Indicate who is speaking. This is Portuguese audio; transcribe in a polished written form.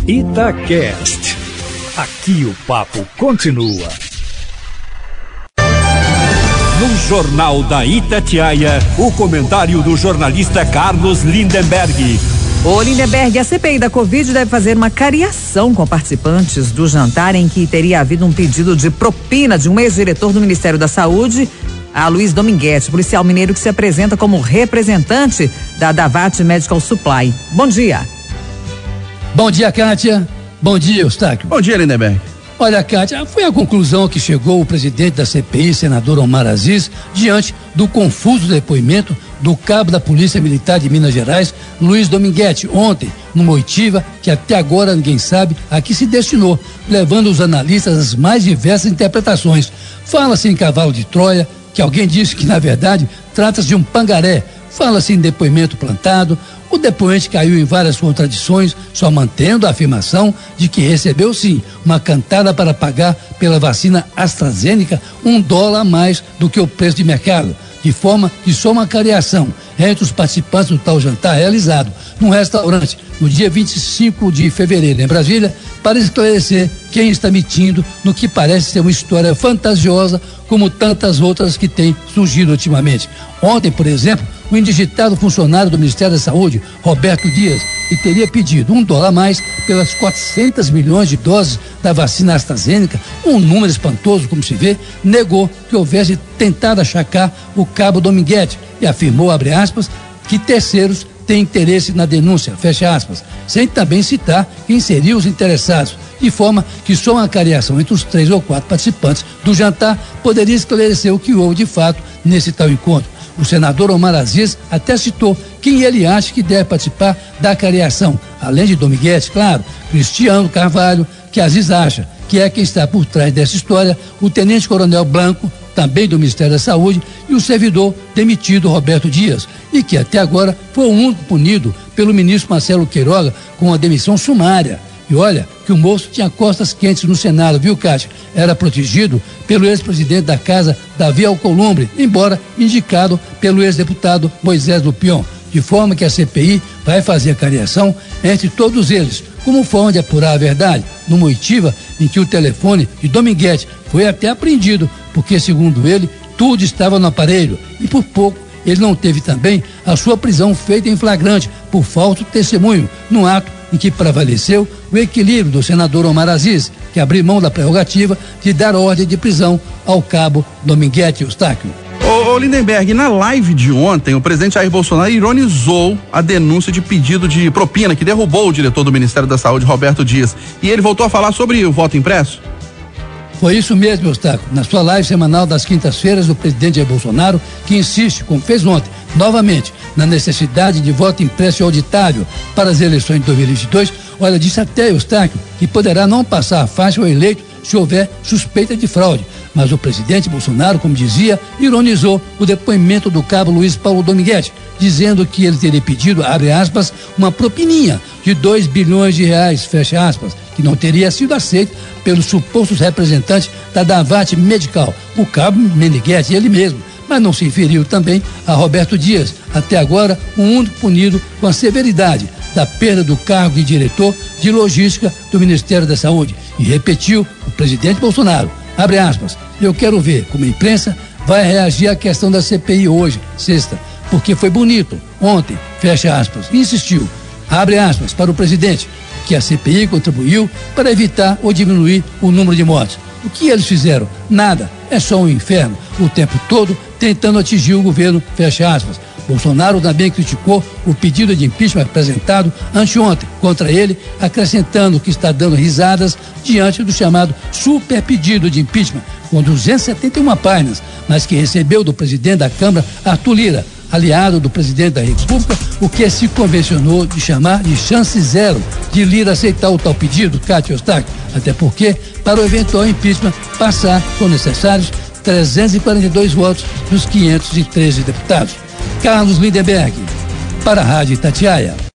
Speaker 1: Itacast. Aqui o papo continua. No Jornal da Itatiaia, o comentário do jornalista Carlos Lindenberg.
Speaker 2: Ô Lindenberg, a CPI da Covid deve fazer uma cariação com participantes do jantar em que teria havido um pedido de propina de um ex-diretor do Ministério da Saúde, a Luiz Dominguete, policial mineiro que se apresenta como representante da Davat Medical Supply. Bom dia.
Speaker 3: Bom dia, Kátia. Bom dia, Eustáquio.
Speaker 4: Bom dia, Lindenberg.
Speaker 3: Olha, Kátia, foi a conclusão que chegou o presidente da CPI, senador Omar Aziz, diante do confuso depoimento do cabo da Polícia Militar de Minas Gerais, Luiz Dominguete, ontem, numa oitiva que até agora ninguém sabe a que se destinou, levando os analistas às mais diversas interpretações. Fala-se em cavalo de Troia, que alguém disse que, na verdade, trata-se de um pangaré. Fala-se em depoimento plantado. O depoente caiu em várias contradições, só mantendo a afirmação de que recebeu, sim, uma cantada para pagar pela vacina AstraZeneca $1 a mais do que o preço de mercado, de forma que só uma cariação entre os participantes do tal jantar realizado num restaurante no dia 25 de fevereiro em Brasília, para esclarecer quem está mentindo no que parece ser uma história fantasiosa, como tantas outras que têm surgido ultimamente. Ontem, por exemplo, o indigitado funcionário do Ministério da Saúde, Roberto Dias, que teria pedido $1 a mais pelas 400 milhões de doses da vacina AstraZeneca, um número espantoso, como se vê, negou que houvesse tentado achacar o cabo Dominguete e afirmou, abre aspas, que terceiros têm interesse na denúncia, fecha aspas, sem também citar quem seriam os interessados, de forma que só uma cariação entre os 3 ou 4 participantes do jantar poderia esclarecer o que houve de fato nesse tal encontro. O senador Omar Aziz até citou quem ele acha que deve participar da cariação, além de Dominguete, claro, Cristiano Carvalho, que Aziz acha que é quem está por trás dessa história, o tenente-coronel Blanco, também do Ministério da Saúde, e o servidor demitido Roberto Dias, e que até agora foi o único punido pelo ministro Marcelo Queiroga com a demissão sumária. E olha que o moço tinha costas quentes no Senado, viu, Cátia? Era protegido pelo ex-presidente da Casa, Davi Alcolumbre, embora indicado pelo ex-deputado Moisés Lupion, de forma que a CPI vai fazer a cariação entre todos eles, como forma de apurar a verdade, numa oitiva em que o telefone de Dominguete foi até apreendido, porque, segundo ele, tudo estava no aparelho e, por pouco, ele não teve também a sua prisão feita em flagrante por falso testemunho, num ato em que prevaleceu o equilíbrio do senador Omar Aziz, que abriu mão da prerrogativa de dar ordem de prisão ao cabo Dominguete Eustáquio.
Speaker 4: Ô Lindenberg, na live de ontem, o presidente Jair Bolsonaro ironizou a denúncia de pedido de propina que derrubou o diretor do Ministério da Saúde, Roberto Dias. E ele voltou a falar sobre o voto impresso?
Speaker 3: Foi isso mesmo, Eustáquio. Na sua live semanal das quintas-feiras, o presidente Jair Bolsonaro, que insiste, como fez ontem, novamente, na necessidade de voto impresso e auditável para as eleições de 2022, olha, disse até, Eustáquio, que poderá não passar a faixa ao eleito se houver suspeita de fraude. Mas o presidente Bolsonaro, como dizia, ironizou o depoimento do cabo Luiz Paulo Dominguete, dizendo que ele teria pedido, abre aspas, uma propininha de R$2 bilhões, fecha aspas, que não teria sido aceito pelos supostos representantes da Davat Medical, o cabo Meneghetti, ele mesmo, mas não se referiu também a Roberto Dias, até agora o único punido com a severidade da perda do cargo de diretor de logística do Ministério da Saúde. E repetiu o presidente Bolsonaro, abre aspas, eu quero ver como a imprensa vai reagir à questão da CPI hoje, sexta, porque foi bonito ontem, fecha aspas, e insistiu, abre aspas, para o presidente, que a CPI contribuiu para evitar ou diminuir o número de mortes. O que eles fizeram? Nada, é só um inferno, o tempo todo tentando atingir o governo, fecha aspas. Bolsonaro também criticou o pedido de impeachment apresentado anteontem contra ele, acrescentando que está dando risadas diante do chamado super pedido de impeachment, com 271 páginas, mas que recebeu do presidente da Câmara, Arthur Lira, aliado do presidente da República, o que se convencionou de chamar de chance zero de Lira aceitar o tal pedido, Cátia Eustáquio, até porque, para o eventual impeachment passar, são necessários 342 votos dos 513 deputados. Carlos Lindenberg, para a Rádio Itatiaia.